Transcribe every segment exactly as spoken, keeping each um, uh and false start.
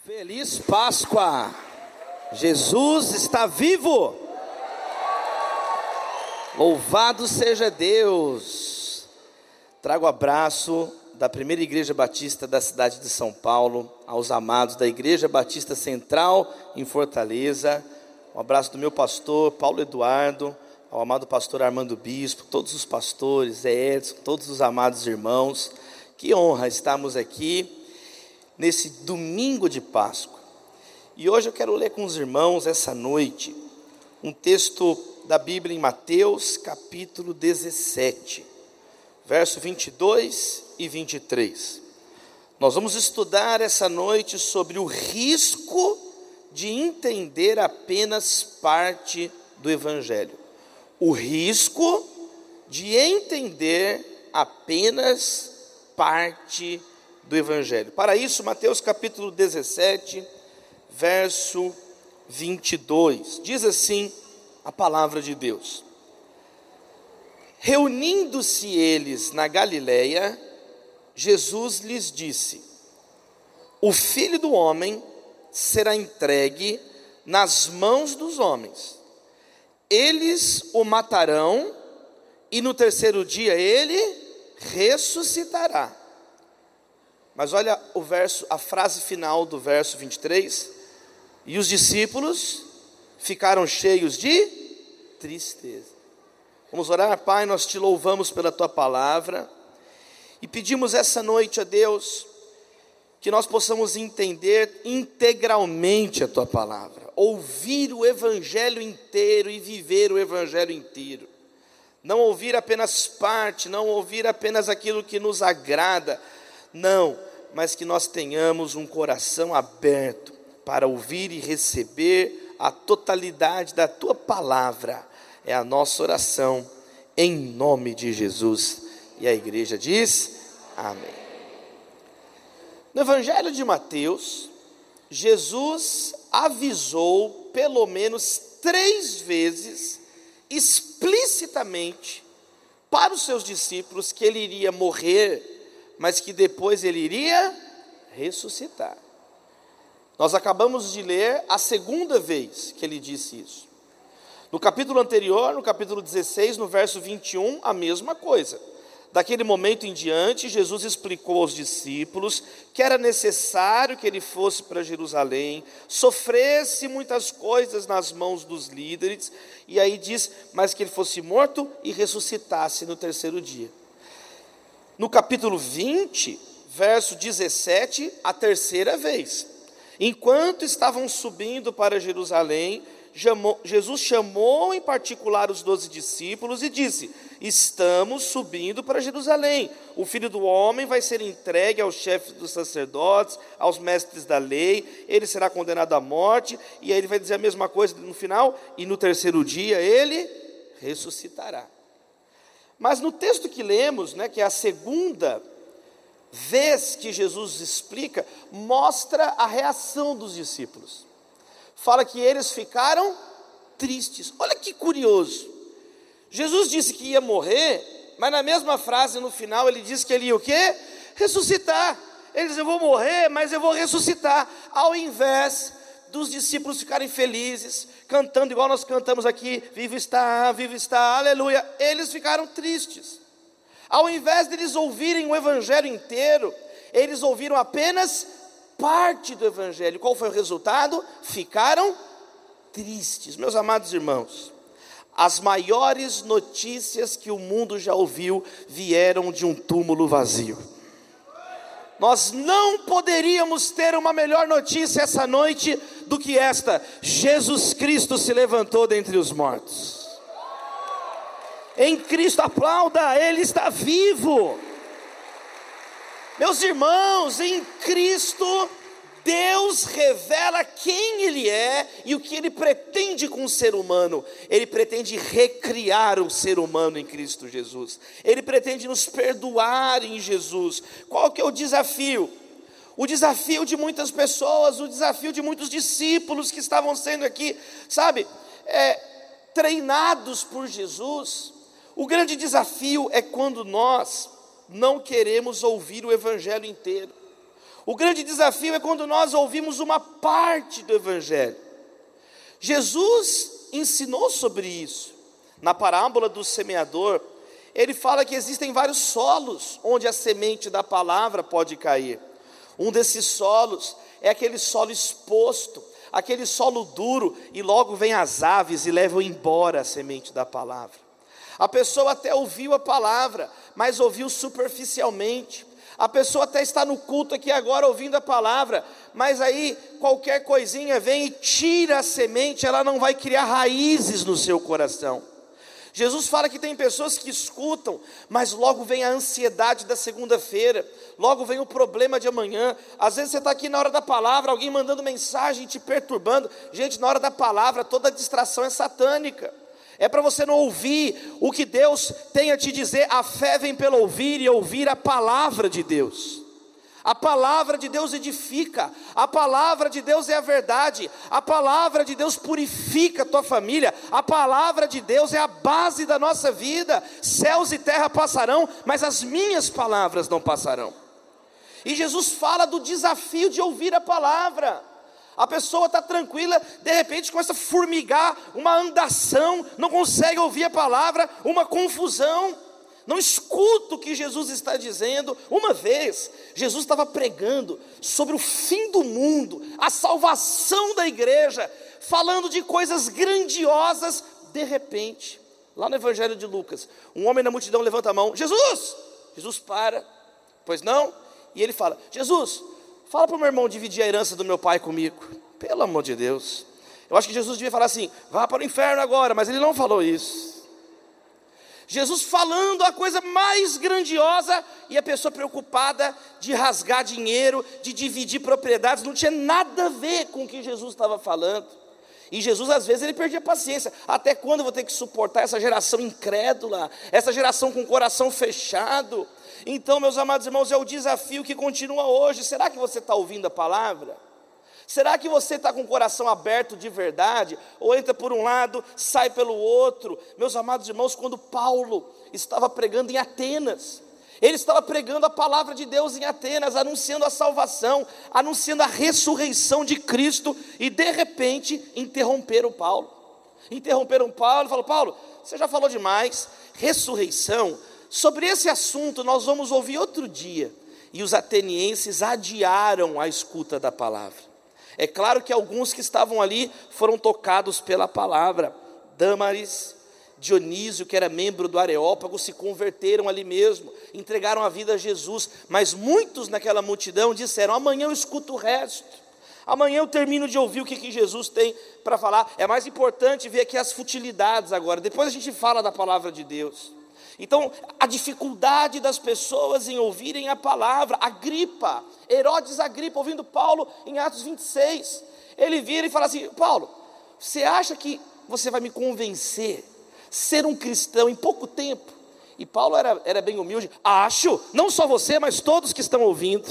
Feliz Páscoa! Jesus está vivo! Louvado seja Deus! Trago abraço da primeira Igreja Batista da cidade de São Paulo, aos amados da Igreja Batista Central em Fortaleza. Um abraço do meu pastor Paulo Eduardo, ao amado pastor Armando Bispo, todos os pastores, Zé Edson, todos os amados irmãos. Que honra estarmos aqui nesse domingo de Páscoa. E hoje eu quero ler com os irmãos essa noite um texto da Bíblia em Mateus capítulo dezessete, verso vinte e dois e vinte e três. Nós vamos estudar essa noite sobre o risco de entender apenas parte do Evangelho. O risco de entender apenas parte do Evangelho. Para isso, Mateus capítulo dezessete, verso vinte e dois, diz assim a palavra de Deus: reunindo-se eles na Galileia, Jesus lhes disse: o Filho do Homem será entregue nas mãos dos homens, eles o matarão e no terceiro dia ele ressuscitará. Mas olha o verso, a frase final do verso vinte e três: e os discípulos ficaram cheios de tristeza. Vamos orar. Pai, nós te louvamos pela tua palavra e pedimos essa noite a Deus que nós possamos entender integralmente a tua palavra, ouvir o Evangelho inteiro e viver o Evangelho inteiro. Não ouvir apenas parte, não ouvir apenas aquilo que nos agrada, não, mas que nós tenhamos um coração aberto para ouvir e receber a totalidade da tua palavra. É a nossa oração, em nome de Jesus. E a igreja diz, amém. No Evangelho de Mateus, Jesus avisou pelo menos três vezes, explicitamente, para os seus discípulos, que ele iria morrer, mas que depois ele iria ressuscitar. Nós acabamos de ler a segunda vez que ele disse isso. No capítulo anterior, no capítulo dezesseis, no verso vinte e um, a mesma coisa. Daquele momento em diante, Jesus explicou aos discípulos que era necessário que ele fosse para Jerusalém, sofresse muitas coisas nas mãos dos líderes, e aí diz, mas que ele fosse morto e ressuscitasse no terceiro dia. No capítulo vinte, verso dezessete, a terceira vez, enquanto estavam subindo para Jerusalém, chamou, Jesus chamou em particular os doze discípulos e disse: estamos subindo para Jerusalém, o Filho do Homem vai ser entregue aos chefes dos sacerdotes, aos mestres da lei, ele será condenado à morte, e aí ele vai dizer a mesma coisa no final, e no terceiro dia ele ressuscitará. Mas no texto que lemos, né, que é a segunda vez que Jesus explica, mostra a reação dos discípulos. Fala que eles ficaram tristes. Olha que curioso. Jesus disse que ia morrer, mas na mesma frase no final ele disse que ele ia o quê? Ressuscitar. Ele diz: eu vou morrer, mas eu vou ressuscitar. Ao invés dos discípulos ficarem felizes, cantando igual nós cantamos aqui, vivo está, vivo está, aleluia, eles ficaram tristes. Ao invés de eles ouvirem o Evangelho inteiro, eles ouviram apenas parte do Evangelho. Qual foi o resultado? Ficaram tristes. Meus amados irmãos, as maiores notícias que o mundo já ouviu vieram de um túmulo vazio. Nós não poderíamos ter uma melhor notícia essa noite do que esta: Jesus Cristo se levantou dentre os mortos. Em Cristo, aplauda, Ele está vivo. Meus irmãos, em Cristo, Deus revela quem Ele é e o que Ele pretende com o ser humano. Ele pretende recriar o ser humano em Cristo Jesus. Ele pretende nos perdoar em Jesus. Qual que é o desafio? O desafio de muitas pessoas, o desafio de muitos discípulos que estavam sendo aqui, sabe, é, treinados por Jesus. O grande desafio é quando nós não queremos ouvir o Evangelho inteiro. O grande desafio é quando nós ouvimos uma parte do Evangelho. Jesus ensinou sobre isso. Na parábola do semeador, ele fala que existem vários solos onde a semente da palavra pode cair. Um desses solos é aquele solo exposto, aquele solo duro, e logo vem as aves e levam embora a semente da palavra. A pessoa até ouviu a palavra, mas ouviu superficialmente. A pessoa até está no culto aqui agora ouvindo a palavra, mas aí qualquer coisinha vem e tira a semente, ela não vai criar raízes no seu coração. Jesus fala que tem pessoas que escutam, mas logo vem a ansiedade da segunda-feira, logo vem o problema de amanhã. Às vezes você está aqui na hora da palavra, alguém mandando mensagem, te perturbando. Gente, na hora da palavra, toda distração é satânica. É para você não ouvir o que Deus tem a te dizer. A fé vem pelo ouvir, e ouvir a palavra de Deus. A palavra de Deus edifica, a palavra de Deus é a verdade, a palavra de Deus purifica a tua família, a palavra de Deus é a base da nossa vida. Céus e terra passarão, mas as minhas palavras não passarão. E Jesus fala do desafio de ouvir a palavra. A pessoa está tranquila, de repente começa a formigar, uma andação, não consegue ouvir a palavra, uma confusão. Não escuta o que Jesus está dizendo. Uma vez, Jesus estava pregando sobre o fim do mundo, a salvação da igreja, falando de coisas grandiosas. De repente, lá no Evangelho de Lucas, um homem na multidão levanta a mão: Jesus! Jesus para, pois não? E ele fala: Jesus, fala para o meu irmão dividir a herança do meu pai comigo. Pelo amor de Deus. Eu acho que Jesus devia falar assim: vá para o inferno agora, mas ele não falou isso. Jesus falando a coisa mais grandiosa, e a pessoa preocupada de rasgar dinheiro, de dividir propriedades, não tinha nada a ver com o que Jesus estava falando. E Jesus às vezes ele perdia a paciência. Até quando eu vou ter que suportar essa geração incrédula, essa geração com o coração fechado? Então, meus amados irmãos, é o desafio que continua hoje. Será que você está ouvindo a palavra? Será que você está com o coração aberto de verdade? Ou entra por um lado, sai pelo outro? Meus amados irmãos, quando Paulo estava pregando em Atenas, ele estava pregando a palavra de Deus em Atenas, anunciando a salvação, anunciando a ressurreição de Cristo, e de repente interromperam Paulo. Interromperam Paulo e falaram: Paulo, você já falou demais, ressurreição, sobre esse assunto nós vamos ouvir outro dia. E os atenienses adiaram a escuta da palavra. É claro que alguns que estavam ali foram tocados pela palavra. Dâmaris, Dionísio, que era membro do Areópago, se converteram ali mesmo, entregaram a vida a Jesus. Mas muitos naquela multidão disseram: amanhã eu escuto o resto, amanhã eu termino de ouvir o que, que Jesus tem para falar. É mais importante ver aqui as futilidades agora, depois a gente fala da palavra de Deus. Então, a dificuldade das pessoas em ouvirem a palavra. Agripa, Herodes Agripa, ouvindo Paulo em Atos vinte e seis, ele vira e fala assim: Paulo, você acha que você vai me convencer a ser um cristão em pouco tempo? E Paulo era, era bem humilde: acho, não só você, mas todos que estão ouvindo.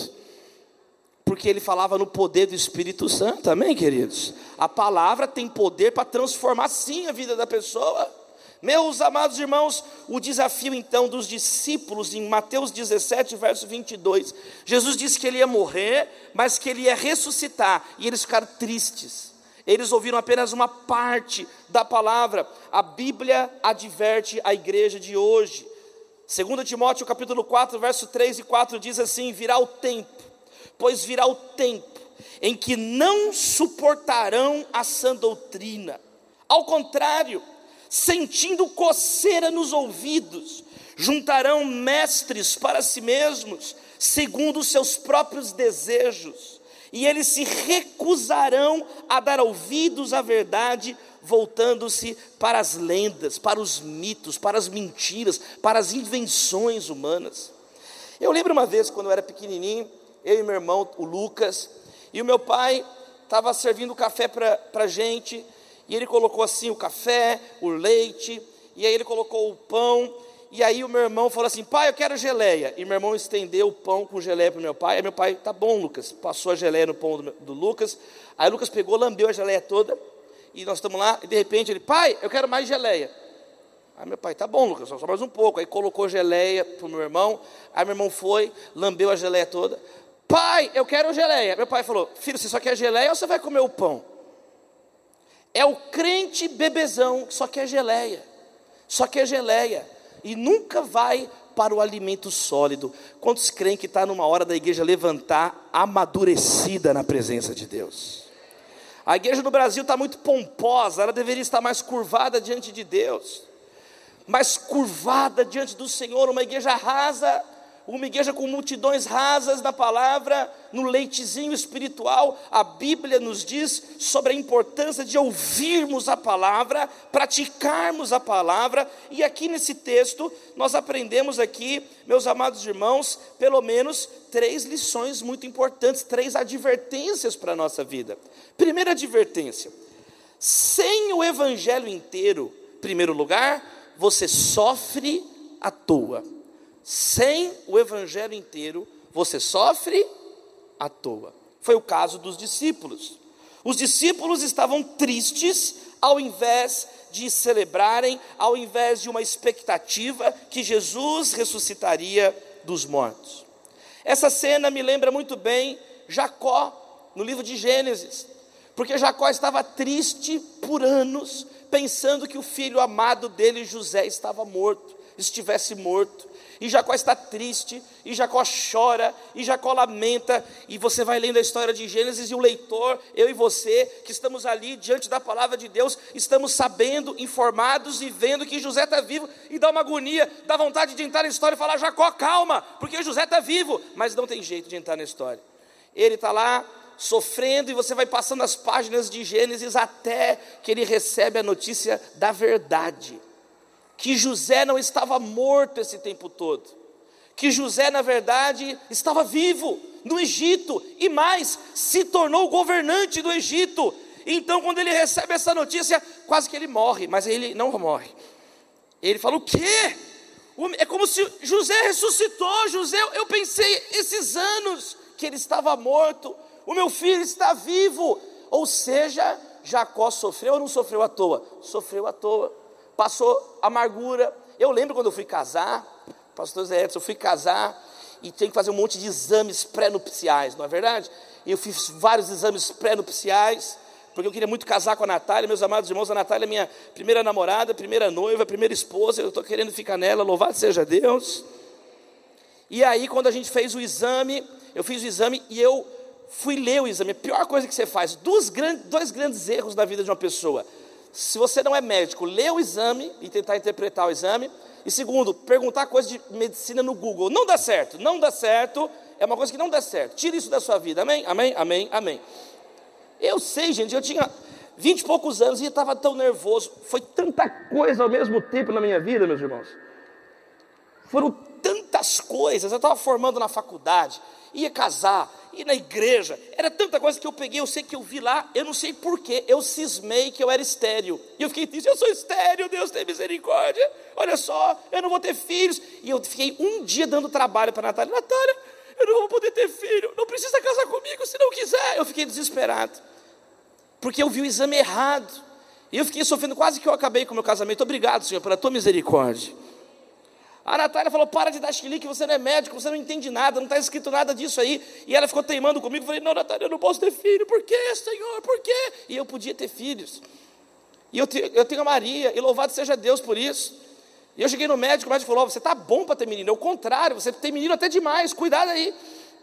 Porque ele falava no poder do Espírito Santo, amém, queridos? A palavra tem poder para transformar sim a vida da pessoa. Meus amados irmãos, o desafio então dos discípulos em Mateus dezessete, verso vinte e dois, Jesus disse que ele ia morrer, mas que ele ia ressuscitar, e eles ficaram tristes. Eles ouviram apenas uma parte da palavra. A Bíblia adverte a igreja de hoje. Segundo Timóteo capítulo quatro, verso três e quatro diz assim: virá o tempo, pois virá o tempo em que não suportarão a sã doutrina. Ao contrário, sentindo coceira nos ouvidos, juntarão mestres para si mesmos, segundo os seus próprios desejos, e eles se recusarão a dar ouvidos à verdade, voltando-se para as lendas, para os mitos, para as mentiras, para as invenções humanas. Eu lembro uma vez, quando eu era pequenininho, eu e meu irmão, o Lucas, e o meu pai estava servindo café para a gente, e ele colocou assim o café, o leite, e aí ele colocou o pão, e aí o meu irmão falou assim: pai, eu quero geleia. E meu irmão estendeu o pão com geleia para o meu pai. Aí meu pai: tá bom, Lucas. Passou a geleia no pão do, do Lucas. Aí o Lucas pegou, lambeu a geleia toda, e nós estamos lá, e de repente ele: pai, eu quero mais geleia. Aí meu pai: tá bom, Lucas, só mais um pouco. Aí colocou geleia para o meu irmão. Aí meu irmão foi, lambeu a geleia toda. pai, eu quero geleia. Meu pai falou, filho, você só quer geleia ou você vai comer o pão? É o crente bebezão que só quer geleia, só quer geleia, e nunca vai para o alimento sólido. Quantos creem que está numa hora da igreja levantar amadurecida na presença de Deus? A igreja no Brasil está muito pomposa, ela deveria estar mais curvada diante de Deus, mais curvada diante do Senhor, uma igreja rasa, uma igreja com multidões rasas na palavra, no leitezinho espiritual. A Bíblia nos diz sobre a importância de ouvirmos a palavra, praticarmos a palavra, e aqui nesse texto, nós aprendemos aqui, meus amados irmãos, pelo menos três lições muito importantes, três advertências para a nossa vida. Primeira advertência: sem o evangelho inteiro, em primeiro lugar, você sofre à toa. Sem o evangelho inteiro, você sofre à toa. Foi o caso dos discípulos. Os discípulos estavam tristes, ao invés de celebrarem, ao invés de uma expectativa que Jesus ressuscitaria dos mortos. Essa cena me lembra muito bem Jacó, no livro de Gênesis, porque Jacó estava triste por anos, pensando que o filho amado dele, José, estava morto, estivesse morto. E Jacó está triste, e Jacó chora, e Jacó lamenta, e você vai lendo a história de Gênesis, e o leitor, eu e você, que estamos ali diante da palavra de Deus, estamos sabendo, informados e vendo que José está vivo, e dá uma agonia, dá vontade de entrar na história e falar, Jacó, calma, porque José está vivo, mas não tem jeito de entrar na história. Ele está lá sofrendo, e você vai passando as páginas de Gênesis, até que ele recebe a notícia da verdade, que José não estava morto esse tempo todo, que José na verdade estava vivo no Egito, e mais, se tornou governante do Egito. Então quando ele recebe essa notícia, quase que ele morre, mas ele não morre. Ele fala, o quê? É como se José ressuscitou. José, eu pensei esses anos que ele estava morto, o meu filho está vivo. Ou seja, Jacó sofreu ou não sofreu à toa? Sofreu à toa. Passou amargura. Eu lembro quando eu fui casar, pastor Zé Edson, eu fui casar e tinha que fazer um monte de exames pré-nupciais, não é verdade? E eu fiz vários exames pré-nupciais, porque eu queria muito casar com a Natália. Meus amados irmãos, a Natália é minha primeira namorada, primeira noiva, primeira esposa, eu estou querendo ficar nela, louvado seja Deus. E aí quando a gente fez o exame, eu fiz o exame e eu fui ler o exame. A pior coisa que você faz, dois grandes, dois grandes erros na vida de uma pessoa: se você não é médico, ler o exame e tentar interpretar o exame. E segundo, perguntar coisa de medicina no Google. Não dá certo, não dá certo. É uma coisa que não dá certo. Tira isso da sua vida, amém? Amém, amém, amém. Eu sei, gente, eu tinha vinte e poucos anos e estava tão nervoso. Foi tanta coisa ao mesmo tempo na minha vida, meus irmãos. Foram tantas coisas. Eu estava formando na faculdade, ia casar, ia na igreja, era tanta coisa que eu peguei. Eu sei que eu vi lá, eu não sei porquê, eu cismei que eu era estéril, e eu fiquei triste, eu sou estéril, Deus tem misericórdia, olha só, eu não vou ter filhos. E eu fiquei um dia dando trabalho para a Natália, Natália, eu não vou poder ter filho, não precisa casar comigo se não quiser. Eu fiquei desesperado, porque eu vi o exame errado, e eu fiquei sofrendo, quase que eu acabei com o meu casamento. Obrigado, Senhor, pela tua misericórdia. A Natália falou, para de dar chilique, você não é médico, você não entende nada, não está escrito nada disso aí. E ela ficou teimando comigo. Eu falei, não, Natália, eu não posso ter filho. Por quê, Senhor, por quê? E eu podia ter filhos. E eu, te, eu tenho a Maria, e louvado seja Deus por isso. E eu cheguei no médico, o médico falou, você está bom para ter menino. É o contrário, você tem menino até demais, cuidado aí.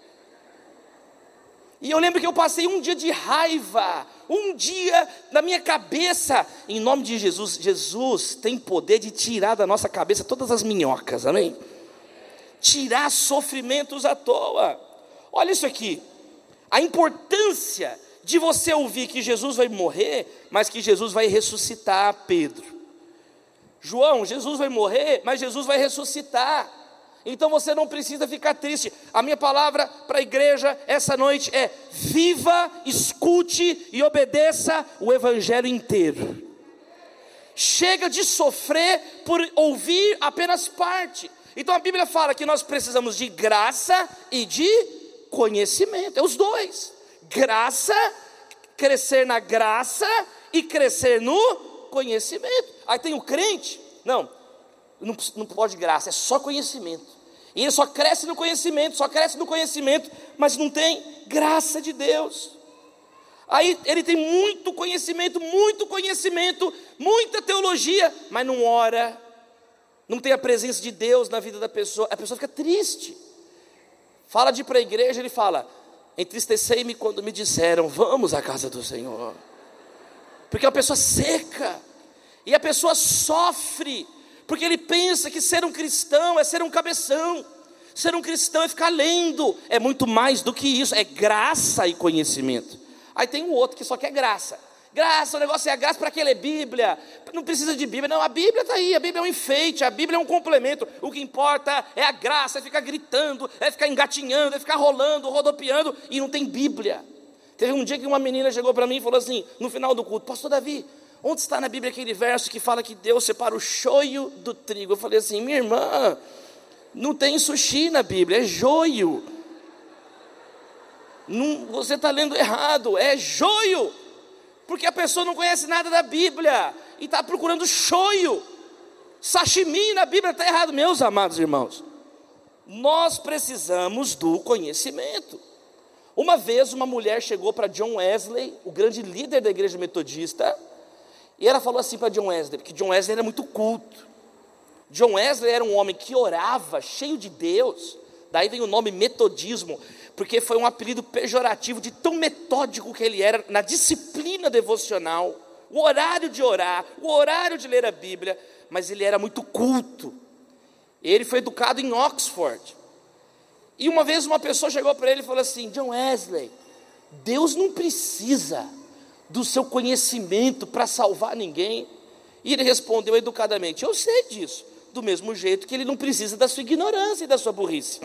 E eu lembro que eu passei um dia de raiva, um dia na minha cabeça, em nome de Jesus. Jesus tem poder de tirar da nossa cabeça todas as minhocas, amém? Tirar sofrimentos à toa. Olha isso aqui, a importância de você ouvir que Jesus vai morrer, mas que Jesus vai ressuscitar. Pedro, João, Jesus vai morrer, mas Jesus vai ressuscitar. Então você não precisa ficar triste. A minha palavra para a igreja essa noite é: viva, escute e obedeça o evangelho inteiro. Chega de sofrer por ouvir apenas parte. Então a Bíblia fala que nós precisamos de graça e de conhecimento. É os dois. Graça, crescer na graça e crescer no conhecimento. Aí tem o crente, não, não, não pode graça, é só conhecimento. E ele só cresce no conhecimento, só cresce no conhecimento, mas não tem graça de Deus. Aí ele tem muito conhecimento, muito conhecimento, muita teologia, mas não ora, não tem a presença de Deus na vida da pessoa, a pessoa fica triste. Fala de ir para a igreja, ele fala: entristecei-me quando me disseram, vamos à casa do Senhor. Porque é uma pessoa seca, e a pessoa sofre, porque ele pensa que ser um cristão é ser um cabeção, ser um cristão é ficar lendo, é muito mais do que isso, é graça e conhecimento. Aí tem um outro que só quer graça, graça, o negócio é a graça, para que ler Bíblia, não precisa de Bíblia, não, a Bíblia está aí, a Bíblia é um enfeite, a Bíblia é um complemento, o que importa é a graça, é ficar gritando, é ficar engatinhando, é ficar rolando, rodopiando, e não tem Bíblia. Teve um dia que uma menina chegou para mim e falou assim, no final do culto: pastor Davi, onde está na Bíblia aquele verso que fala que Deus separa o joio do trigo? Eu falei assim: minha irmã, não tem sushi na Bíblia, é joio. Não, você está lendo errado, é joio. Porque a pessoa não conhece nada da Bíblia e está procurando shoyu. Sashimi na Bíblia está errado. Meus amados irmãos, nós precisamos do conhecimento. Uma vez uma mulher chegou para John Wesley, o grande líder da igreja metodista, e ela falou assim para John Wesley, porque John Wesley era muito culto. John Wesley era um homem que orava, cheio de Deus. Daí vem o nome metodismo, porque foi um apelido pejorativo de tão metódico que ele era na disciplina devocional, o horário de orar, o horário de ler a Bíblia, mas ele era muito culto. Ele foi educado em Oxford. E uma vez uma pessoa chegou para ele e falou assim: John Wesley, Deus não precisa do seu conhecimento para salvar ninguém. E ele respondeu educadamente: eu sei disso, do mesmo jeito que ele não precisa da sua ignorância e da sua burrice.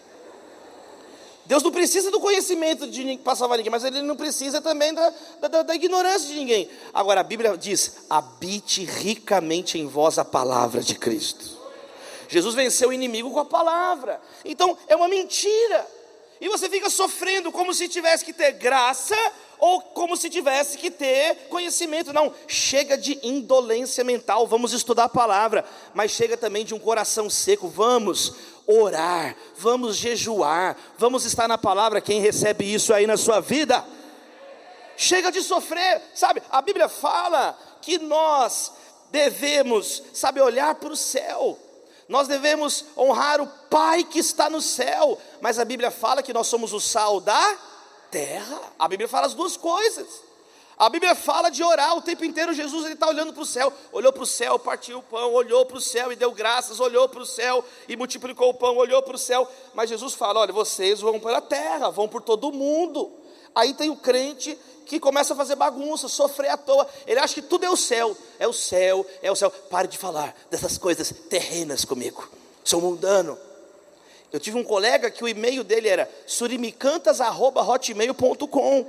Deus não precisa do conhecimento de para salvar ninguém, mas ele não precisa também da, da, da ignorância de ninguém. Agora a Bíblia diz: habite ricamente em vós a palavra de Cristo. Jesus venceu o inimigo com a palavra. Então é uma mentira. E você fica sofrendo como se tivesse que ter graça ou como se tivesse que ter conhecimento. Não, chega de indolência mental, vamos estudar a palavra, mas chega também de um coração seco. Vamos orar, vamos jejuar, vamos estar na palavra. Quem recebe isso aí na sua vida? Chega de sofrer, sabe? A Bíblia fala que nós devemos, sabe, olhar para o céu. Nós devemos honrar o Pai que está no céu, mas a Bíblia fala que nós somos o sal da terra. A Bíblia fala as duas coisas. A Bíblia fala de orar o tempo inteiro. Jesus, ele está olhando para o céu, olhou para o céu, partiu o pão, olhou para o céu e deu graças, olhou para o céu e multiplicou o pão, olhou para o céu. Mas Jesus fala: olha, vocês vão pela terra, vão por todo o mundo. Aí tem o crente que começa a fazer bagunça, sofrer à toa. Ele acha que tudo é o céu, é o céu, é o céu. Pare de falar dessas coisas terrenas comigo, sou mundano. Eu tive um colega que o e-mail dele era surimicantas arroba hotmail ponto com.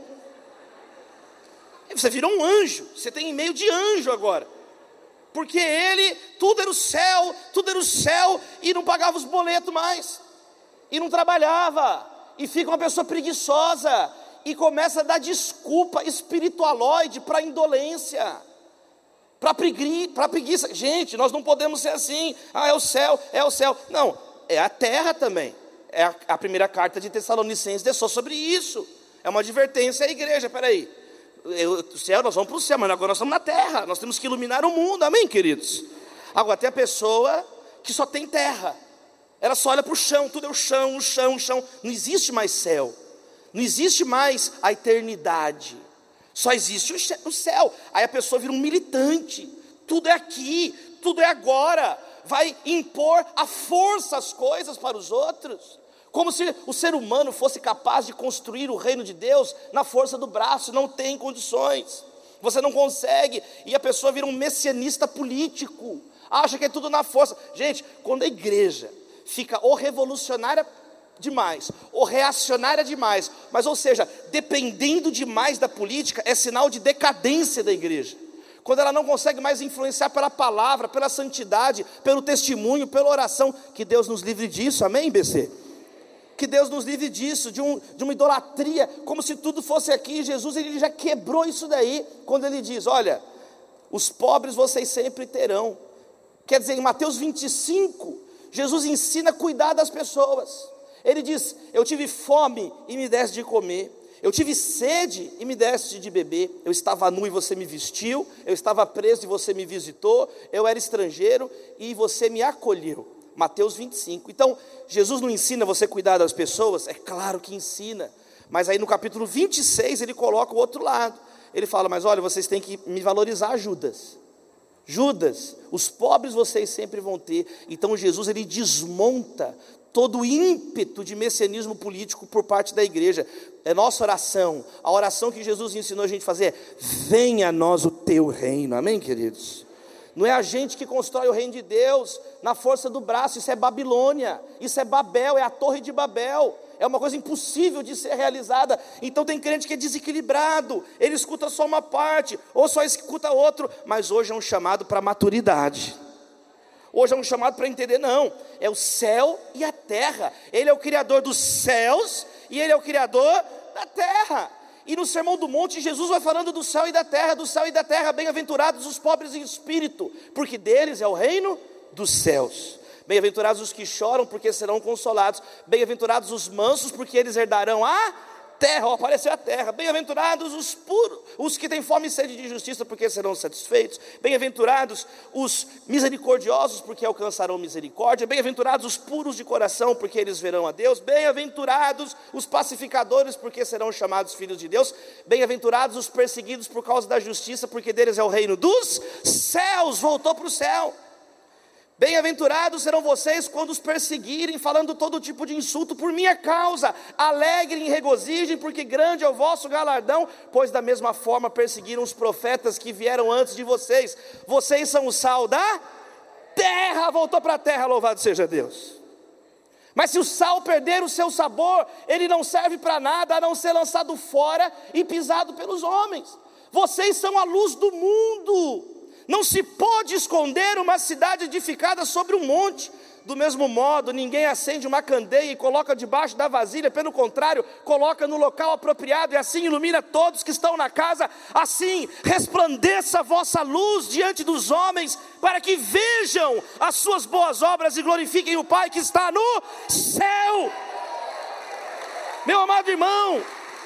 Você virou um anjo, você tem e-mail de anjo agora. Porque ele, tudo era o céu, tudo era o céu, e não pagava os boletos mais, e não trabalhava, e fica uma pessoa preguiçosa, e começa a dar desculpa espiritualoide para indolência, para pregui, para preguiça. Gente, nós não podemos ser assim. Ah, é o céu, é o céu. Não, é a terra também. É a, a primeira carta de Tessalonicenses deixou sobre isso. É uma advertência à igreja. Peraí, eu, o céu, nós vamos para o céu, mas agora nós estamos na terra. Nós temos que iluminar o mundo, amém, queridos? Agora tem a pessoa que só tem terra. Ela só olha para o chão, tudo é o chão, o chão, o chão. Não existe mais céu. Não existe mais a eternidade, só existe o céu. Aí a pessoa vira um militante, tudo é aqui, tudo é agora, vai impor à força as coisas para os outros, como se o ser humano fosse capaz de construir o reino de Deus na força do braço. Não tem condições, você não consegue, e a pessoa vira um messianista político, acha que é tudo na força. Gente, quando a igreja fica ou revolucionária demais, ou reacionária demais, mas ou seja, dependendo demais da política, é sinal de decadência da igreja. Quando ela não consegue mais influenciar pela palavra, pela santidade, pelo testemunho, pela oração. Que Deus nos livre disso, amém, B C? Que Deus nos livre disso, de, um, de uma idolatria, como se tudo fosse aqui. Jesus, ele já quebrou isso daí, quando ele diz: olha, os pobres vocês sempre terão. Quer dizer, em Mateus vinte e cinco, Jesus ensina a cuidar das pessoas. Ele diz: eu tive fome e me deste de comer, eu tive sede e me deste de beber, eu estava nu e você me vestiu, eu estava preso e você me visitou, eu era estrangeiro e você me acolheu. Mateus vinte e cinco. Então, Jesus não ensina você a cuidar das pessoas? É claro que ensina, mas aí no capítulo vinte e seis ele coloca o outro lado. Ele fala: mas olha, vocês têm que me valorizar, Judas. Judas, os pobres vocês sempre vão ter. Então Jesus, ele desmonta todo o ímpeto de messianismo político por parte da igreja. É nossa oração, a oração que Jesus ensinou a gente a fazer é: venha a nós o teu reino. Amém, queridos? Não é a gente que constrói o reino de Deus na força do braço. Isso é Babilônia, isso é Babel, é a torre de Babel. É uma coisa impossível de ser realizada. Então tem crente que é desequilibrado, ele escuta só uma parte, ou só escuta outro. Mas hoje é um chamado para maturidade. Hoje é um chamado para entender: não, é o céu e a terra. Ele é o criador dos céus e ele é o criador da terra. E no Sermão do Monte, Jesus vai falando do céu e da terra, do céu e da terra. Bem-aventurados os pobres em espírito, porque deles é o reino dos céus. Bem-aventurados os que choram, porque serão consolados. Bem-aventurados os mansos, porque eles herdarão a terra. Ó, apareceu a terra. Bem-aventurados os puros, os que têm fome e sede de justiça, porque serão satisfeitos. Bem-aventurados os misericordiosos, porque alcançarão misericórdia. Bem-aventurados os puros de coração, porque eles verão a Deus. Bem-aventurados os pacificadores, porque serão chamados filhos de Deus. Bem-aventurados os perseguidos por causa da justiça, porque deles é o reino dos céus. Voltou para o céu. Bem-aventurados serão vocês quando os perseguirem, falando todo tipo de insulto por minha causa. Alegrem e regozijem, porque grande é o vosso galardão, pois da mesma forma perseguiram os profetas que vieram antes de vocês. Vocês são o sal da terra. Voltou para a terra, louvado seja Deus. Mas se o sal perder o seu sabor, ele não serve para nada, a não ser lançado fora e pisado pelos homens. Vocês são a luz do mundo. Não se pode esconder uma cidade edificada sobre um monte. Do mesmo modo, ninguém acende uma candeia e coloca debaixo da vasilha. Pelo contrário, coloca no local apropriado e assim ilumina todos que estão na casa. Assim resplandeça a vossa luz diante dos homens, para que vejam as suas boas obras e glorifiquem o Pai que está no céu. Meu amado irmão,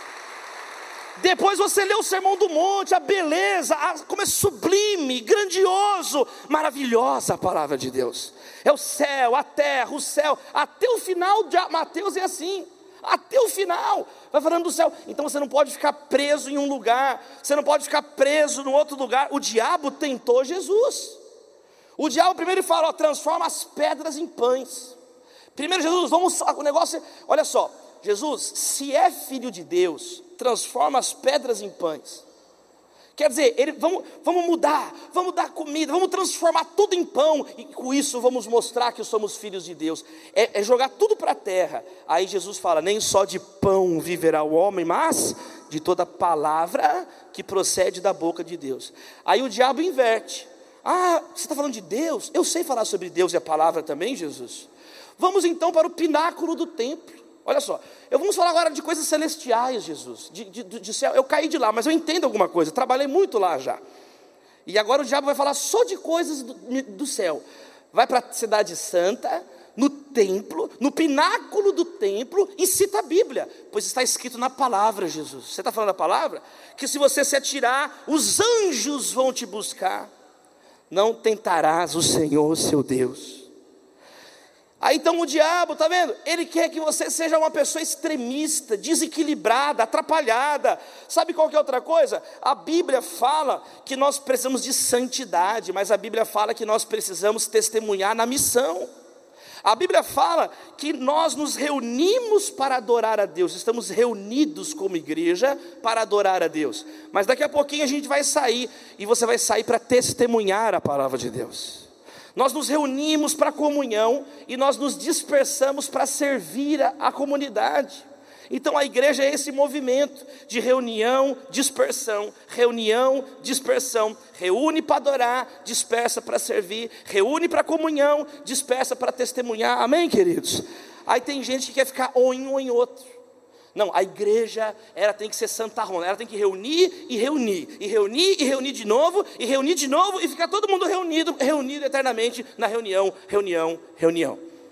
depois você lê o Sermão do Monte, a beleza, a, como é sublime, grandioso, maravilhosa a palavra de Deus. É o céu, a terra, o céu, até o final de Mateus é assim, até o final, vai falando do céu. Então você não pode ficar preso em um lugar, você não pode ficar preso em outro lugar. O diabo tentou Jesus. O diabo primeiro fala: ó, transforma as pedras em pães. Primeiro Jesus, vamos, o negócio, olha só, Jesus, se é filho de Deus, transforma as pedras em pães. Quer dizer, ele, vamos, vamos mudar, vamos dar comida, vamos transformar tudo em pão, e com isso vamos mostrar que somos filhos de Deus. É, é jogar tudo para a terra. Aí Jesus fala: nem só de pão viverá o homem, mas de toda palavra que procede da boca de Deus. Aí o diabo inverte: ah, você está falando de Deus? Eu sei falar sobre Deus e a palavra também, Jesus. Vamos então para o pináculo do templo. Olha só, eu vamos falar agora de coisas celestiais, Jesus, de, de, de céu. Eu caí de lá, mas eu entendo alguma coisa, trabalhei muito lá já. E agora o diabo vai falar só de coisas do, do céu. Vai para a cidade santa, no templo, no pináculo do templo, e cita a Bíblia, pois está escrito na palavra, Jesus. Você está falando a palavra? Que se você se atirar, os anjos vão te buscar. Não tentarás o Senhor, seu Deus. Aí então o diabo, está vendo? Ele quer que você seja uma pessoa extremista, desequilibrada, atrapalhada. Sabe qual que é outra coisa? A Bíblia fala que nós precisamos de santidade, mas a Bíblia fala que nós precisamos testemunhar na missão. A Bíblia fala que nós nos reunimos para adorar a Deus, estamos reunidos como igreja para adorar a Deus. Mas daqui a pouquinho a gente vai sair, e você vai sair para testemunhar a palavra de Deus. Nós nos reunimos para comunhão e nós nos dispersamos para servir a, a comunidade. Então a igreja é esse movimento de reunião, dispersão, reunião, dispersão. Reúne para adorar, dispersa para servir. Reúne para comunhão, dispersa para testemunhar. Amém, queridos? Aí tem gente que quer ficar ou em um ou em outro. Não, a igreja, ela tem que ser santarrona, ela tem que reunir e reunir, e reunir e reunir de novo, e reunir de novo, e ficar todo mundo reunido, reunido eternamente na reunião, reunião, reunião.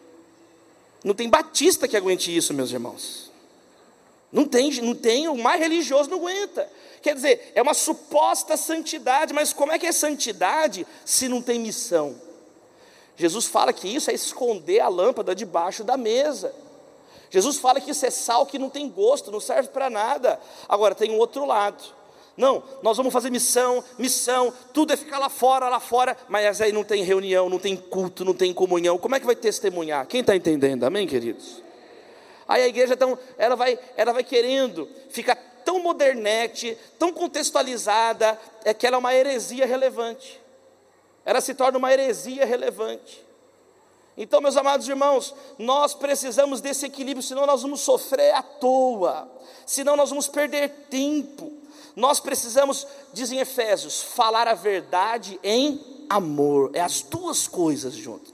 Não tem batista que aguente isso, meus irmãos. Não tem, não tem, o mais religioso não aguenta. Quer dizer, é uma suposta santidade, mas como é que é santidade se não tem missão? Jesus fala que isso é esconder a lâmpada debaixo da mesa. Jesus fala que isso é sal que não tem gosto, não serve para nada. Agora tem um outro lado. Não, nós vamos fazer missão, missão, tudo é ficar lá fora, lá fora, mas aí não tem reunião, não tem culto, não tem comunhão. Como é que vai testemunhar? Quem está entendendo? Amém, queridos? Aí a igreja, então, ela vai, ela vai querendo ficar tão modernete, tão contextualizada, é que ela é uma heresia relevante. Ela se torna uma heresia relevante. Então, meus amados irmãos, nós precisamos desse equilíbrio, senão nós vamos sofrer à toa, senão nós vamos perder tempo. Nós precisamos, dizem Efésios, falar a verdade em amor, é as duas coisas juntas.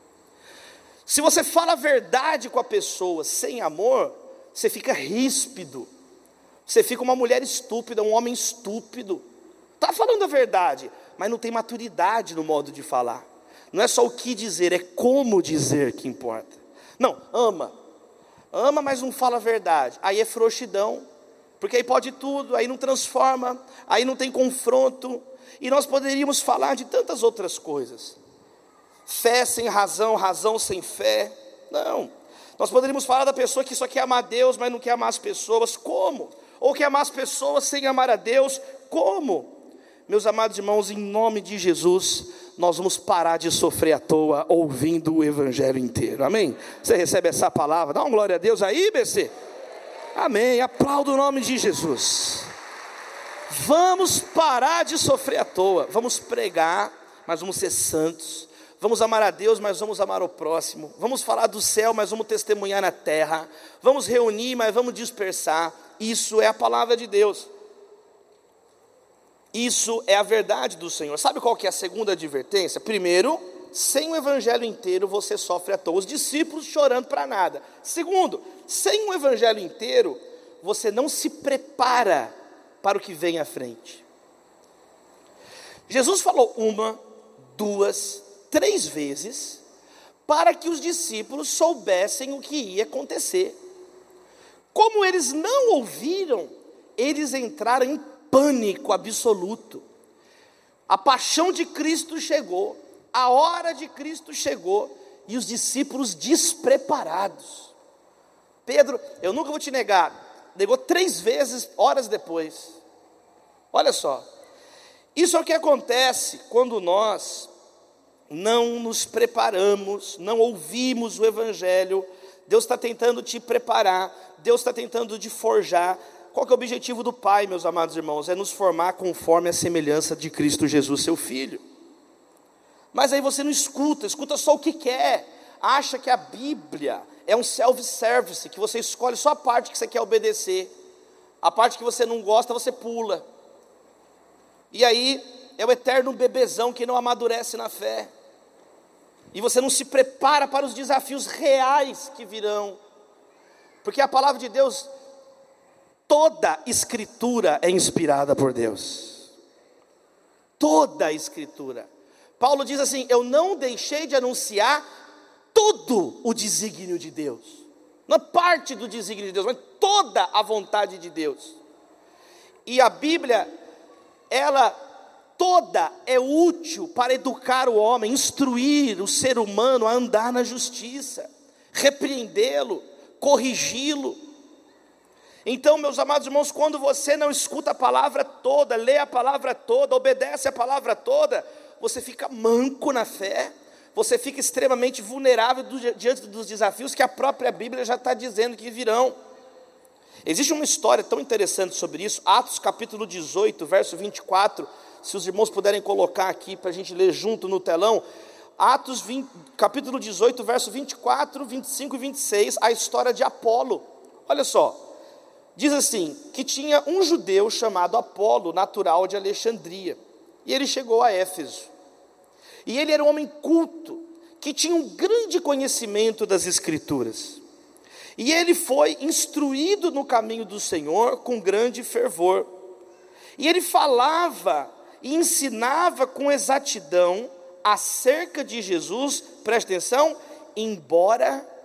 Se você fala a verdade com a pessoa sem amor, você fica ríspido, você fica uma mulher estúpida, um homem estúpido. Está falando a verdade, mas não tem maturidade no modo de falar. Não é só o que dizer, é como dizer que importa. Não, ama, ama, mas não fala a verdade. Aí é frouxidão, porque aí pode tudo, aí não transforma, aí não tem confronto. E nós poderíamos falar de tantas outras coisas. Fé sem razão, razão sem fé. Não, nós poderíamos falar da pessoa que só quer amar a Deus, mas não quer amar as pessoas. Como? Ou quer amar as pessoas sem amar a Deus. Como? Meus amados irmãos, em nome de Jesus, nós vamos parar de sofrer à toa, ouvindo o evangelho inteiro, amém? Você recebe essa palavra? Dá uma glória a Deus aí, B C? Amém, aplauda o nome de Jesus. Vamos parar de sofrer à toa, vamos pregar, mas vamos ser santos. Vamos amar a Deus, mas vamos amar o próximo. Vamos falar do céu, mas vamos testemunhar na terra. Vamos reunir, mas vamos dispersar. Isso é a palavra de Deus. Isso é a verdade do Senhor. Sabe qual que é a segunda advertência? Primeiro, sem o evangelho inteiro você sofre à toa. Os discípulos chorando para nada. Segundo, sem o evangelho inteiro você não se prepara para o que vem à frente. Jesus falou uma, duas, três vezes para que os discípulos soubessem o que ia acontecer. Como eles não ouviram, eles entraram em pânico absoluto. A paixão de Cristo chegou, a hora de Cristo chegou, e os discípulos despreparados. Pedro, eu nunca vou te negar, negou três vezes horas depois. Olha só, isso é o que acontece quando nós não nos preparamos, não ouvimos o evangelho. Deus está tentando te preparar, Deus está tentando te forjar. Qual que é o objetivo do Pai, meus amados irmãos? É nos formar conforme a semelhança de Cristo Jesus, seu Filho. Mas aí você não escuta, escuta só o que quer, acha que a Bíblia é um self-service, que você escolhe só a parte que você quer obedecer, a parte que você não gosta você pula, e aí é o eterno bebezão que não amadurece na fé, e você não se prepara para os desafios reais que virão, porque a palavra de Deus, toda escritura é inspirada por Deus, toda escritura. Paulo diz assim: eu não deixei de anunciar todo o desígnio de Deus, não é parte do desígnio de Deus, mas toda a vontade de Deus. E a Bíblia, ela toda é útil para educar o homem, instruir o ser humano a andar na justiça, repreendê-lo, corrigi-lo. Então, meus amados irmãos, quando você não escuta a palavra toda, lê a palavra toda, obedece a palavra toda, você fica manco na fé, você fica extremamente vulnerável do, diante dos desafios que a própria Bíblia já está dizendo que virão. Existe uma história tão interessante sobre isso, Atos capítulo dezoito, verso vinte e quatro, se os irmãos puderem colocar aqui para a gente ler junto no telão, Atos vinte, capítulo dezoito, verso vinte e quatro, vinte e cinco e vinte e seis, a história de Apolo. Olha só, diz assim, que tinha um judeu chamado Apolo, natural de Alexandria, e ele chegou a Éfeso, e ele era um homem culto, que tinha um grande conhecimento das Escrituras, e ele foi instruído no caminho do Senhor com grande fervor, e ele falava e ensinava com exatidão acerca de Jesus, presta atenção, embora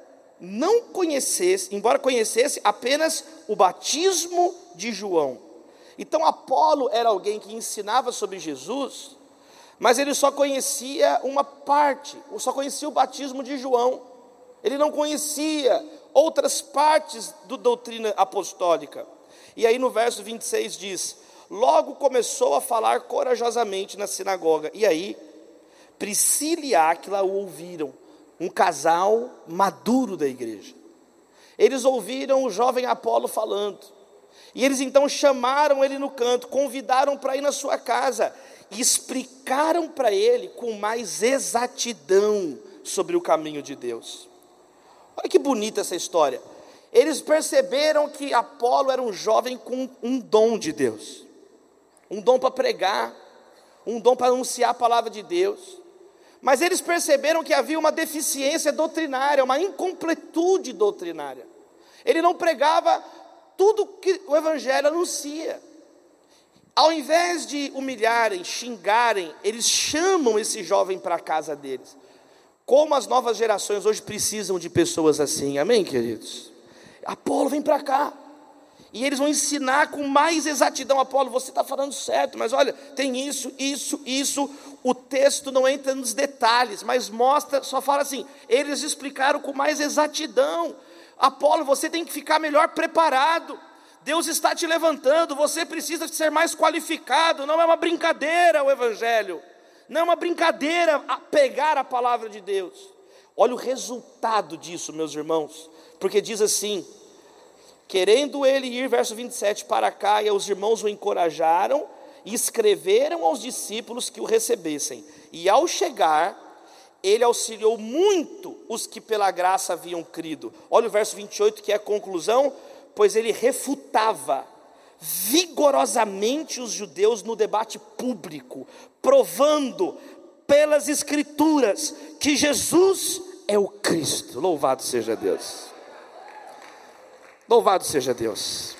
não conhecesse, embora conhecesse apenas o batismo de João. Então Apolo era alguém que ensinava sobre Jesus, mas ele só conhecia uma parte, só conhecia o batismo de João. Ele não conhecia outras partes da doutrina apostólica. E aí no verso vinte e seis diz: logo começou a falar corajosamente na sinagoga. E aí Priscila e Áquila o ouviram, um casal maduro da igreja. Eles ouviram o jovem Apolo falando, e eles então chamaram ele no canto, convidaram para ir na sua casa, e explicaram para ele com mais exatidão sobre o caminho de Deus. Olha que bonita essa história. Eles perceberam que Apolo era um jovem com um dom de Deus, um dom para pregar, um dom para anunciar a palavra de Deus. Mas eles perceberam que havia uma deficiência doutrinária, uma incompletude doutrinária. Ele não pregava tudo que o evangelho anuncia. Ao invés de humilharem, xingarem, eles chamam esse jovem para a casa deles. Como as novas gerações hoje precisam de pessoas assim, amém, queridos? Apolo, vem para cá. E eles vão ensinar com mais exatidão. Apolo, você está falando certo, mas olha, tem isso, isso, isso. O texto não entra nos detalhes, mas mostra, só fala assim, eles explicaram com mais exatidão. Apolo, você tem que ficar melhor preparado. Deus está te levantando, você precisa ser mais qualificado. Não é uma brincadeira o evangelho, não é uma brincadeira pegar a palavra de Deus. Olha o resultado disso, meus irmãos, porque diz assim: querendo ele ir, verso vinte e sete, para cá, e os irmãos o encorajaram e escreveram aos discípulos que o recebessem. E ao chegar, ele auxiliou muito os que pela graça haviam crido. Olha o verso vinte e oito, que é a conclusão: pois ele refutava vigorosamente os judeus no debate público, provando pelas escrituras que Jesus é o Cristo. Louvado seja Deus. Louvado seja Deus.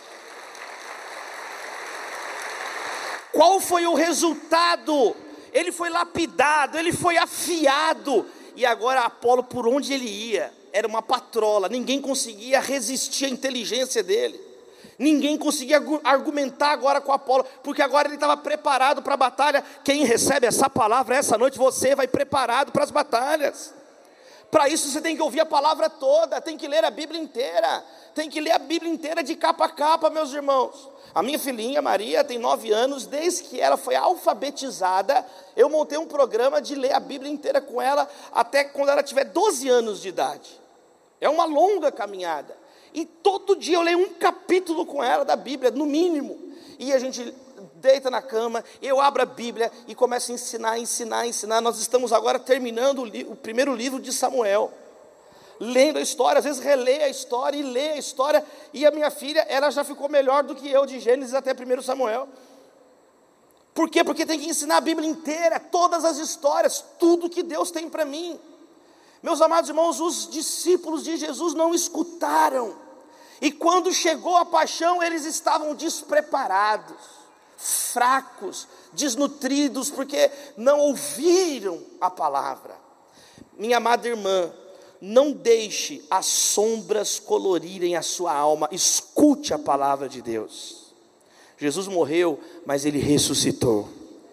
Qual foi o resultado? Ele foi lapidado, ele foi afiado. E agora Apolo, por onde ele ia, era uma patrola. Ninguém conseguia resistir à inteligência dele. Ninguém conseguia argumentar agora com Apolo, porque agora ele estava preparado para a batalha. Quem recebe essa palavra essa noite, você vai preparado para as batalhas. Para isso você tem que ouvir a palavra toda, tem que ler a Bíblia inteira, tem que ler a Bíblia inteira de capa a capa, meus irmãos. A minha filhinha Maria tem nove anos, desde que ela foi alfabetizada, eu montei um programa de ler a Bíblia inteira com ela, até quando ela tiver doze anos de idade. É uma longa caminhada, e todo dia eu leio um capítulo com ela da Bíblia, no mínimo, e a gente deita na cama, eu abro a Bíblia e começo a ensinar, ensinar, ensinar. Nós estamos agora terminando o, li- o primeiro livro de Samuel, lendo a história, às vezes relê a história e lê a história, e a minha filha, ela já ficou melhor do que eu, de Gênesis até primeiro Samuel. Por quê? Porque tem que ensinar a Bíblia inteira, todas as histórias, tudo que Deus tem para mim. Meus amados irmãos, os discípulos de Jesus não escutaram, e quando chegou a paixão, eles estavam despreparados, fracos, desnutridos, porque não ouviram a palavra. Minha amada irmã, não deixe as sombras colorirem a sua alma, escute a palavra de Deus. Jesus morreu, mas ele ressuscitou.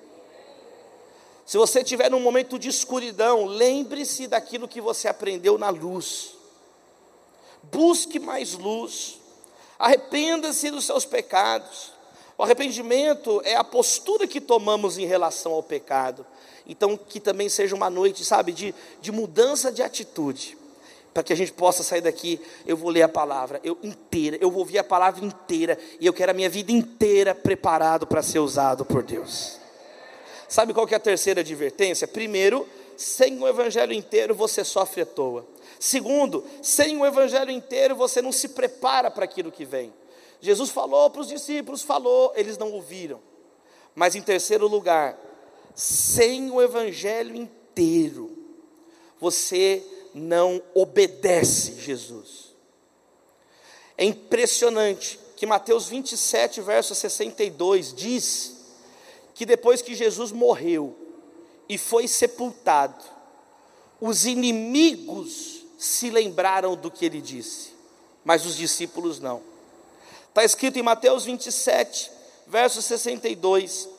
Se você estiver num momento de escuridão, lembre-se daquilo que você aprendeu na luz. Busque mais luz, arrependa-se dos seus pecados. O arrependimento é a postura que tomamos em relação ao pecado. Então que também seja uma noite, sabe, de, de mudança de atitude, para que a gente possa sair daqui. Eu vou ler a palavra eu, inteira, eu vou ouvir a palavra inteira, e eu quero a minha vida inteira preparado para ser usado por Deus. Sabe qual que é a terceira advertência? Primeiro, sem o evangelho inteiro você sofre à toa. Segundo, sem o evangelho inteiro você não se prepara para aquilo que vem. Jesus falou para os discípulos, falou, eles não ouviram. Mas em terceiro lugar, sem o evangelho inteiro, você não obedece Jesus. É impressionante que Mateus vinte e sete, verso sessenta e dois, diz que depois que Jesus morreu e foi sepultado, os inimigos se lembraram do que ele disse, mas os discípulos não. Está escrito em Mateus vinte e sete, verso sessenta e dois.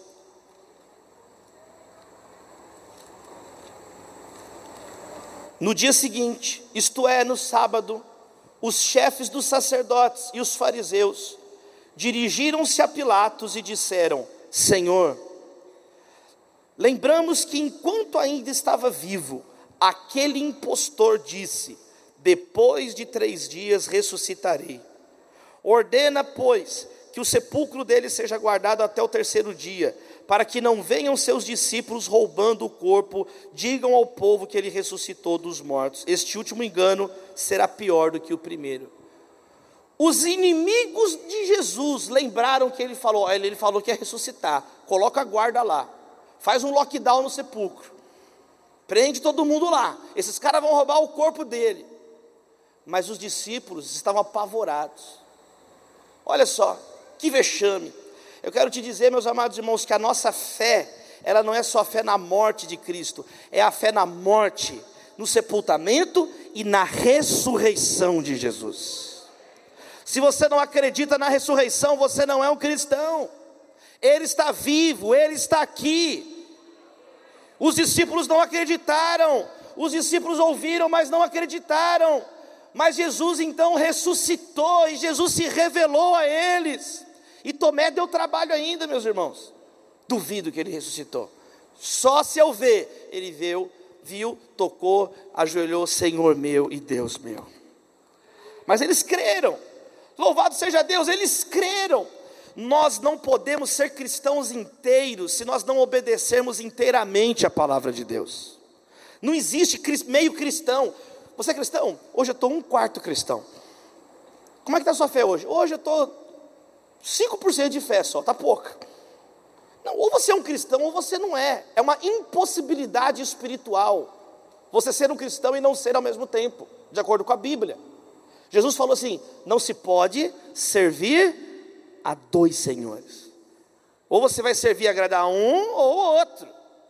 No dia seguinte, isto é, no sábado, os chefes dos sacerdotes e os fariseus dirigiram-se a Pilatos e disseram: Senhor, lembramos que enquanto ainda estava vivo, aquele impostor disse: depois de três dias ressuscitarei. Ordena, pois, que o sepulcro dele seja guardado até o terceiro dia, para que não venham seus discípulos roubando o corpo, digam ao povo que ele ressuscitou dos mortos. Este último engano será pior do que o primeiro. Os inimigos de Jesus lembraram que ele falou, ele falou que ia ressuscitar. Coloca a guarda lá, faz um lockdown no sepulcro, prende todo mundo lá, esses caras vão roubar o corpo dele. Mas os discípulos estavam apavorados. Olha só, que vexame. Eu quero te dizer, meus amados irmãos, que a nossa fé, ela não é só a fé na morte de Cristo, é a fé na morte, no sepultamento e na ressurreição de Jesus. Se você não acredita na ressurreição, você não é um cristão. Ele está vivo, ele está aqui. Os discípulos não acreditaram, os discípulos ouviram, mas não acreditaram. Mas Jesus então ressuscitou, e Jesus se revelou a eles. E Tomé deu trabalho ainda, meus irmãos. Duvido que ele ressuscitou. Só se eu ver, ele viu, viu, tocou, ajoelhou: Senhor meu e Deus meu. Mas eles creram. Louvado seja Deus, eles creram. Nós não podemos ser cristãos inteiros se nós não obedecermos inteiramente a palavra de Deus. Não existe meio cristão. Você é cristão? Hoje eu estou um quarto cristão. Como é que está a sua fé hoje? Hoje eu estou cinco por cento de fé só, está pouca. Não, ou você é um cristão ou você não é. É uma impossibilidade espiritual você ser um cristão e não ser ao mesmo tempo, de acordo com a Bíblia. Jesus falou assim: não se pode servir a dois senhores. Ou você vai servir e agradar um ou outro.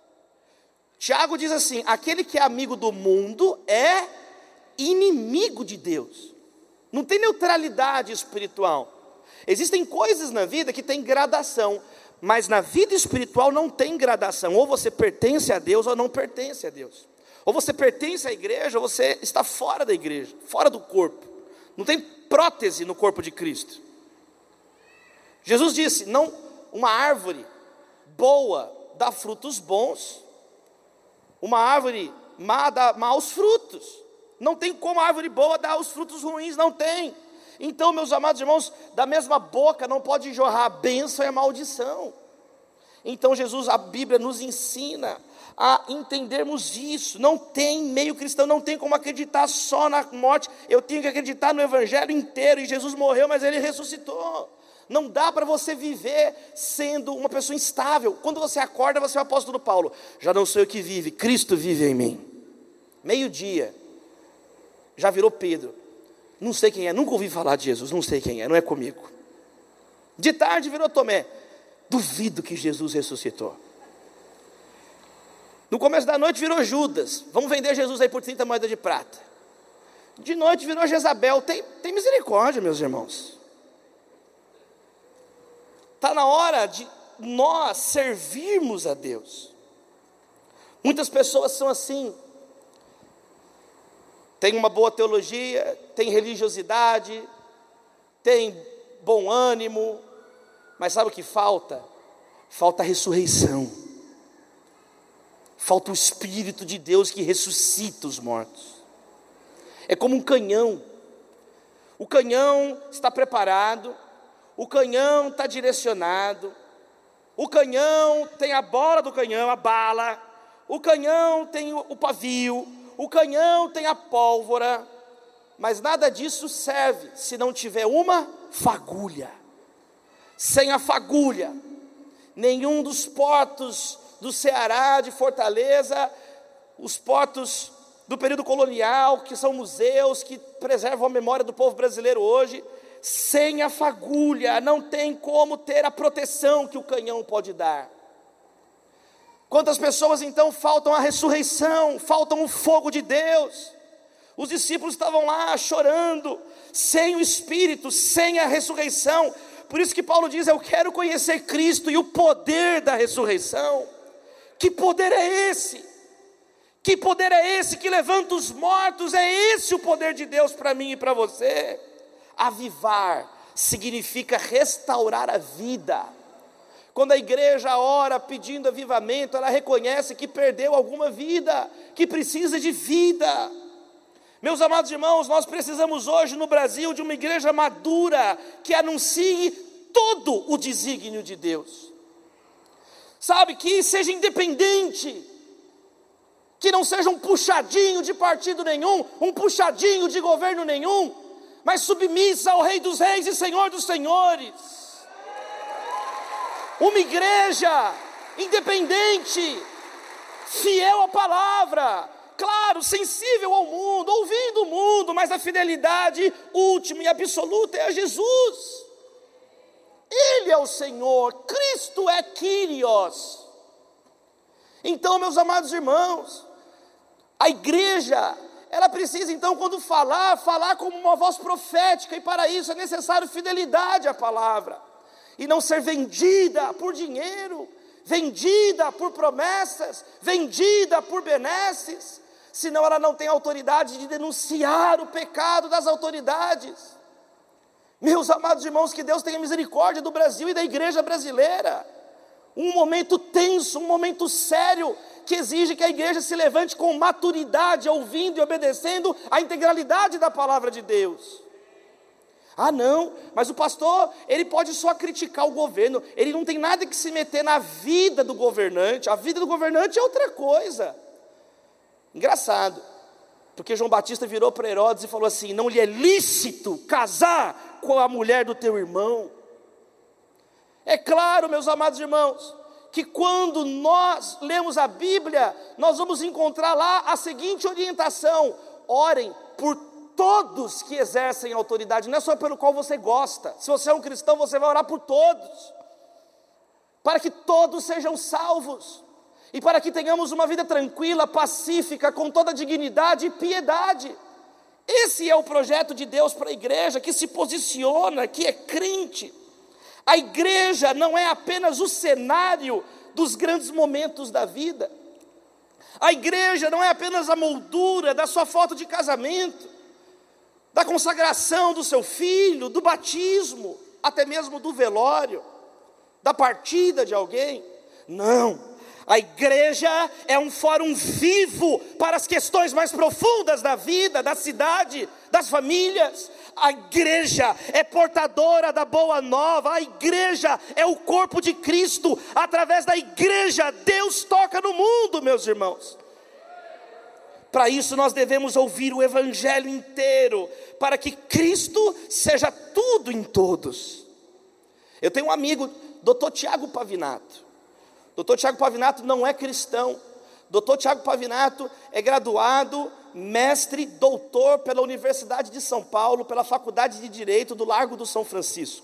Tiago diz assim: aquele que é amigo do mundo é inimigo de Deus. Não tem neutralidade espiritual. Existem coisas na vida que tem gradação, mas na vida espiritual não tem gradação. Ou você pertence a Deus ou não pertence a Deus. Ou você pertence à igreja ou você está fora da igreja, fora do corpo. Não tem prótese no corpo de Cristo. Jesus disse: não, uma árvore boa dá frutos bons, uma árvore má dá maus frutos. Não tem como a árvore boa dar os frutos ruins, não tem. Então, meus amados irmãos, da mesma boca não pode jorrar a bênção e a maldição. Então Jesus, a Bíblia nos ensina a entendermos isso. Não tem meio cristão, não tem como acreditar só na morte. Eu tenho que acreditar no Evangelho inteiro. E Jesus morreu, mas Ele ressuscitou. Não dá para você viver sendo uma pessoa instável. Quando você acorda, você é o apóstolo Paulo: já não sou eu que vive, Cristo vive em mim. Meio-dia, já virou Pedro: não sei quem é, nunca ouvi falar de Jesus, não sei quem é, não é comigo. De tarde virou Tomé: duvido que Jesus ressuscitou. No começo da noite virou Judas: vamos vender Jesus aí por trinta moedas de prata. De noite virou Jezabel. Tem, tem misericórdia, meus irmãos. Está na hora de nós servirmos a Deus. Muitas pessoas são assim. Tem uma boa teologia, tem religiosidade, tem bom ânimo, mas sabe o que falta? Falta a ressurreição. Falta o Espírito de Deus que ressuscita os mortos. É como um canhão. O canhão está preparado, o canhão está direcionado, o canhão tem a bola do canhão, a bala, o canhão tem o, o pavio, o canhão tem a pólvora, mas nada disso serve se não tiver uma fagulha. Sem a fagulha, nenhum dos portos do Ceará, de Fortaleza, os portos do período colonial, que são museus, que preservam a memória do povo brasileiro hoje, sem a fagulha, não tem como ter a proteção que o canhão pode dar. Quantas pessoas então faltam a ressurreição, faltam o fogo de Deus? Os discípulos estavam lá chorando, sem o Espírito, sem a ressurreição. Por isso que Paulo diz: eu quero conhecer Cristo e o poder da ressurreição. Que poder é esse? Que poder é esse que levanta os mortos? É esse o poder de Deus para mim e para você. Avivar significa restaurar a vida. Quando a igreja ora pedindo avivamento, ela reconhece que perdeu alguma vida, que precisa de vida. Meus amados irmãos, nós precisamos hoje no Brasil de uma igreja madura, que anuncie todo o desígnio de Deus. Sabe, que seja independente, que não seja um puxadinho de partido nenhum, um puxadinho de governo nenhum, mas submissa ao Rei dos Reis e Senhor dos Senhores. Uma igreja independente, fiel à palavra, claro, sensível ao mundo, ouvindo o mundo, mas a fidelidade última e absoluta é a Jesus. Ele é o Senhor, Cristo é Kyrios. Então, meus amados irmãos, a igreja, ela precisa então, quando falar, falar como uma voz profética, e para isso é necessário fidelidade à palavra, e não ser vendida por dinheiro, vendida por promessas, vendida por benesses, senão ela não tem autoridade de denunciar o pecado das autoridades. Meus amados irmãos, que Deus tenha misericórdia do Brasil e da igreja brasileira. Um momento tenso, um momento sério, que exige que a igreja se levante com maturidade, ouvindo e obedecendo a integralidade da palavra de Deus. Ah não, mas o pastor, ele pode só criticar o governo, ele não tem nada que se meter na vida do governante. A vida do governante é outra coisa. Engraçado, porque João Batista virou para Herodes e falou assim: não lhe é lícito casar com a mulher do teu irmão. É claro, meus amados irmãos, que quando nós lemos a Bíblia, nós vamos encontrar lá a seguinte orientação: orem por todos que exercem autoridade, não é só pelo qual você gosta. Se você é um cristão, você vai orar por todos, para que todos sejam salvos, e para que tenhamos uma vida tranquila, pacífica, com toda dignidade e piedade. Esse é o projeto de Deus para a igreja, que se posiciona, que é crente. A igreja não é apenas o cenário dos grandes momentos da vida. A igreja não é apenas a moldura da sua foto de casamento, da consagração do seu filho, do batismo, até mesmo do velório, da partida de alguém. Não. A igreja é um fórum vivo para as questões mais profundas da vida, da cidade, das famílias. A igreja é portadora da boa nova. A igreja é o corpo de Cristo. Através da igreja, Deus toca no mundo, meus irmãos. Para isso nós devemos ouvir o evangelho inteiro, para que Cristo seja tudo em todos. Eu tenho um amigo, doutor Tiago Pavinato. doutor Tiago Pavinato não é cristão. doutor Tiago Pavinato é graduado, mestre, doutor pela Universidade de São Paulo, pela Faculdade de Direito do Largo do São Francisco.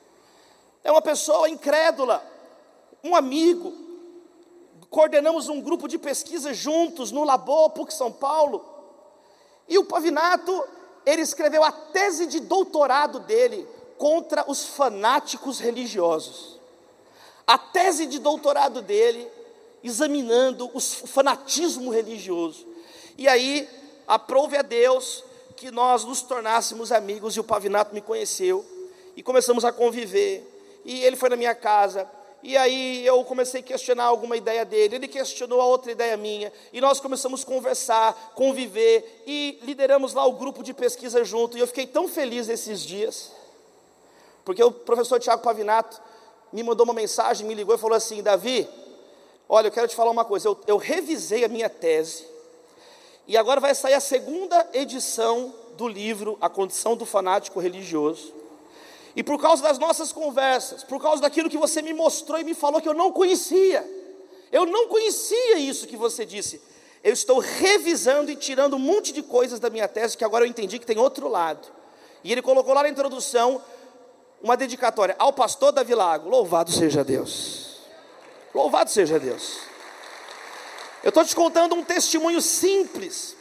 É uma pessoa incrédula, um amigo. Coordenamos um grupo de pesquisa juntos no Labor P U C São Paulo. E o Pavinato, ele escreveu a tese de doutorado dele contra os fanáticos religiosos. A tese de doutorado dele, examinando o fanatismo religioso. E aí, aprove a Deus que nós nos tornássemos amigos, e o Pavinato me conheceu, e começamos a conviver, e ele foi na minha casa, e aí eu comecei a questionar alguma ideia dele, ele questionou a outra ideia minha, e nós começamos a conversar, conviver, e lideramos lá o grupo de pesquisa junto, e eu fiquei tão feliz esses dias, porque o professor Tiago Pavinato me mandou uma mensagem, me ligou e falou assim: Davi, olha, eu quero te falar uma coisa, eu, eu revisei a minha tese, e agora vai sair a segunda edição do livro A Condição do Fanático Religioso, e por causa das nossas conversas, por causa daquilo que você me mostrou e me falou que eu não conhecia, eu não conhecia isso que você disse, eu estou revisando e tirando um monte de coisas da minha tese, que agora eu entendi que tem outro lado. E ele colocou lá na introdução uma dedicatória ao pastor Davi Lago. Louvado seja Deus, louvado seja Deus. Eu estou te contando um testemunho simples,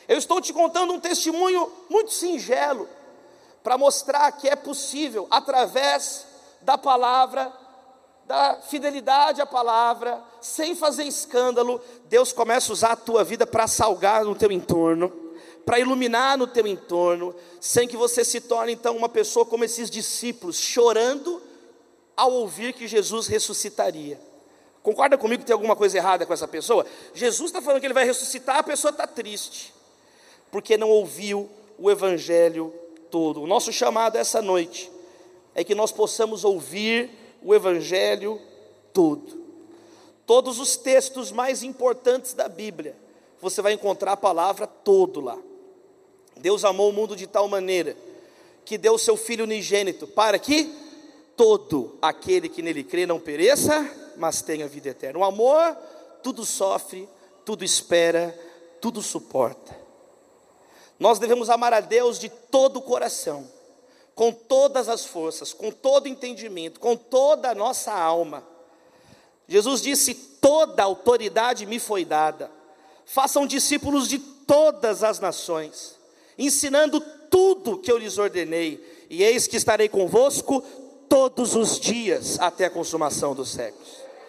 Eu estou te contando um testemunho muito singelo, para mostrar que é possível, através da palavra, da fidelidade à palavra, sem fazer escândalo, Deus começa a usar a tua vida para salgar no teu entorno, para iluminar no teu entorno, sem que você se torne então uma pessoa como esses discípulos, chorando ao ouvir que Jesus ressuscitaria. Concorda comigo que tem alguma coisa errada com essa pessoa? Jesus está falando que ele vai ressuscitar, a pessoa está triste, porque não ouviu o evangelho todo. O nosso chamado essa noite é que nós possamos ouvir o evangelho todo. Todos os textos mais importantes da Bíblia, você vai encontrar a palavra todo lá. Deus amou o mundo de tal maneira que deu o seu Filho unigênito, para que todo aquele que nele crê não pereça, mas tenha vida eterna. O amor tudo sofre, tudo espera, tudo suporta. Nós devemos amar a Deus de todo o coração, com todas as forças, com todo o entendimento, com toda a nossa alma. Jesus disse: toda autoridade me foi dada, façam discípulos de todas as nações, ensinando tudo que eu lhes ordenei, e eis que estarei convosco todos os dias, até a consumação dos séculos.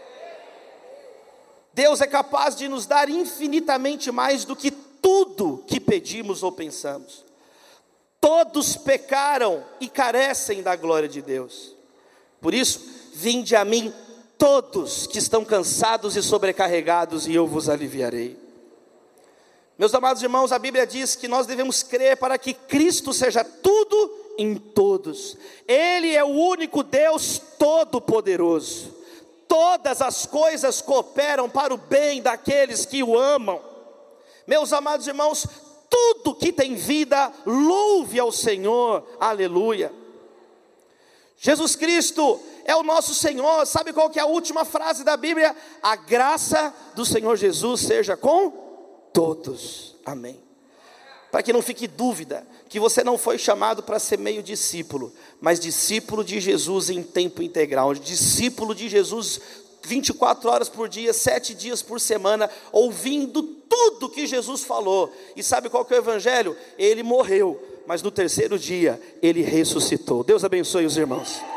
Deus é capaz de nos dar infinitamente mais do que tudo que pedimos ou pensamos. Todos pecaram e carecem da glória de Deus. Por isso, vinde a mim todos que estão cansados e sobrecarregados, e eu vos aliviarei. Meus amados irmãos, a Bíblia diz que nós devemos crer para que Cristo seja tudo em todos. Ele é o único Deus todo-poderoso. Todas as coisas cooperam para o bem daqueles que o amam. Meus amados irmãos, tudo que tem vida, louve ao Senhor, aleluia. Jesus Cristo é o nosso Senhor. Sabe qual que é a última frase da Bíblia? A graça do Senhor Jesus seja com todos, amém. Para que não fique dúvida, que você não foi chamado para ser meio discípulo, mas discípulo de Jesus em tempo integral, discípulo de Jesus vinte e quatro horas por dia, sete dias por semana, ouvindo tudo que Jesus falou. E sabe qual que é o evangelho? Ele morreu, mas no terceiro dia, ele ressuscitou. Deus abençoe os irmãos.